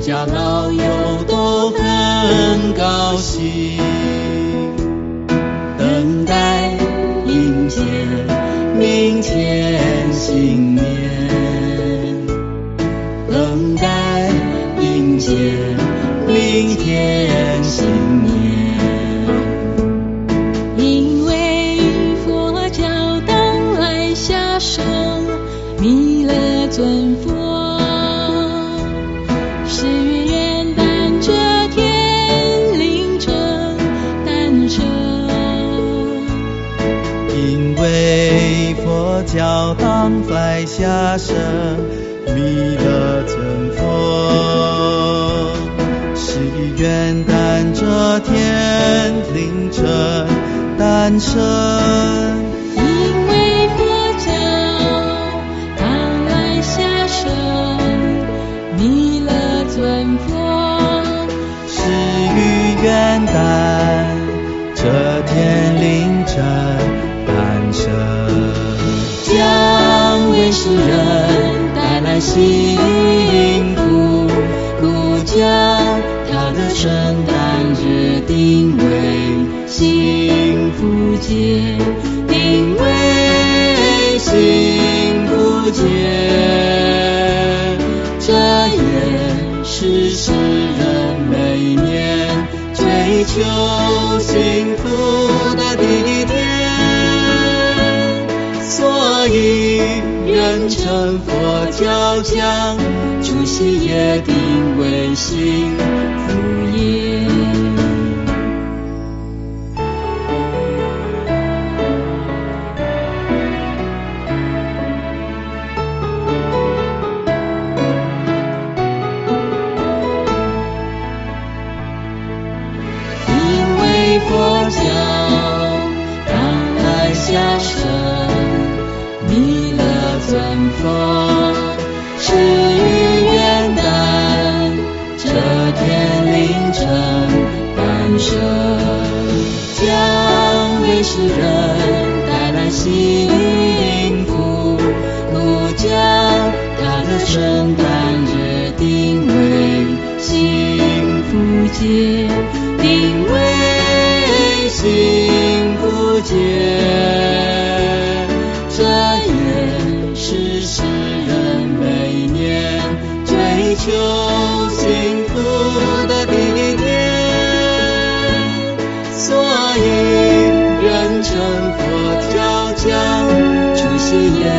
家老友都很高兴，等待迎接明天新年，等待迎接明天新年。 因为佛教当来下生弥勒尊佛，10月元旦这天凌晨诞生。 因为佛教当来下生弥勒尊佛，11元旦这天凌晨诞生。 因为佛教当来下生弥勒尊佛 11元旦这天凌晨诞生，将为世人带来幸福，故将他的圣诞日定为幸福节，定为幸福节。这也是世人每年追求幸福的第一天，所以人称佛教将除夕夜定为幸福夜。因为佛教当来下生弥勒尊佛，10月元旦这天凌晨诞生，将为世人带来幸福，故将他的圣诞日定为幸福节，定为幸福节。这也是世人每年追求幸福的第一天，所以人称佛教将除夕夜